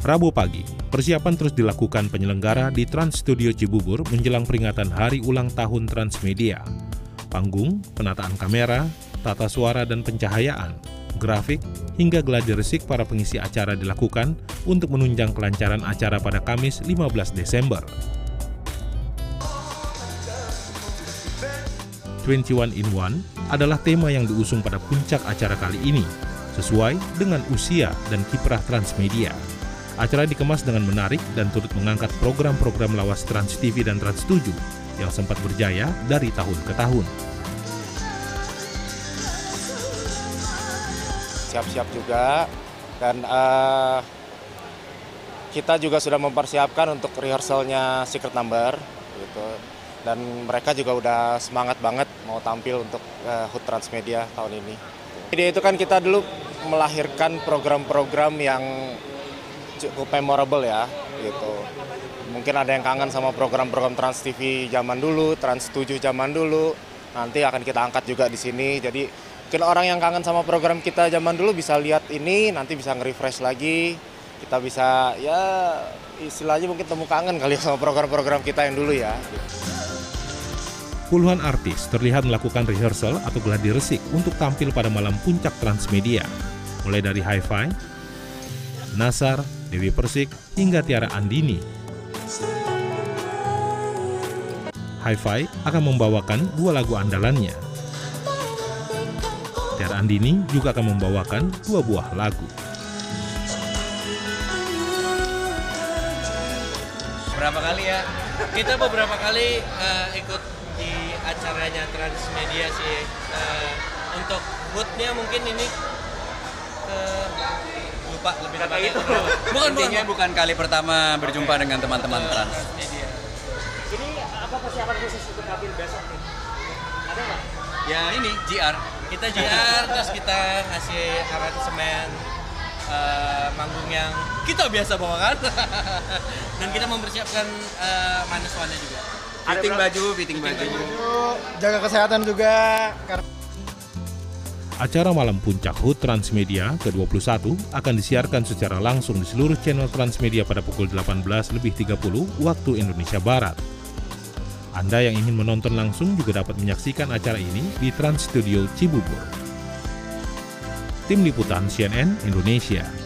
Rabu pagi, persiapan terus dilakukan penyelenggara di Trans Studio Cibubur menjelang peringatan Hari Ulang Tahun Transmedia. Panggung, penataan kamera, tata suara dan pencahayaan, grafik, hingga gladi resik para pengisi acara dilakukan untuk menunjang kelancaran acara pada Kamis 15 Desember. 21 in 1 adalah tema yang diusung pada puncak acara kali ini, sesuai dengan usia dan kiprah Transmedia. Acara dikemas dengan menarik dan turut mengangkat program-program lawas Trans TV dan Trans 7 yang sempat berjaya dari tahun ke tahun. Siap-siap juga, dan kita juga sudah mempersiapkan untuk rehearsalnya Secret Number gitu. Dan mereka juga udah semangat banget mau tampil untuk HUT Transmedia tahun ini. Ide itu kan kita dulu melahirkan program-program yang cukup memorable ya gitu. Mungkin ada yang kangen sama program-program Trans TV zaman dulu, Trans 7 zaman dulu. Nanti akan kita angkat juga di sini. Jadi mungkin orang yang kangen sama program kita zaman dulu bisa lihat ini, nanti bisa nge-refresh lagi. Kita bisa ya istilahnya mungkin temu kangen kali sama program-program kita yang dulu ya. Puluhan artis terlihat melakukan rehearsal atau gladi resik untuk tampil pada malam puncak Transmedia. Mulai dari Hi-Fi, Nasar, Dewi Persik, hingga Tiara Andini. Hi-Fi akan membawakan 2 lagu andalannya. Tiara Andini juga akan membawakan 2 buah lagu. Berapa kali ya? Kita beberapa kali ikut di acaranya Transmedia sih. Untuk HUT-nya mungkin ini lupa lebih tepatnya itu. Bukan kali pertama berjumpa dengan teman-teman Trans. Ini apa persiapan khusus untuk tampil besok nih? Ada nggak? Ya ini GR. Kita JR, terus kita ngasih aransemen manggung yang kita biasa bawakan. Dan kita mempersiapkan maniswannya juga. Fitting baju. Jaga kesehatan juga. Acara malam puncak HUT Transmedia ke-21 akan disiarkan secara langsung di seluruh channel Transmedia pada pukul 18.30 waktu Indonesia Barat. Anda yang ingin menonton langsung juga dapat menyaksikan acara ini di Trans Studio Cibubur. Tim Liputan CNN Indonesia.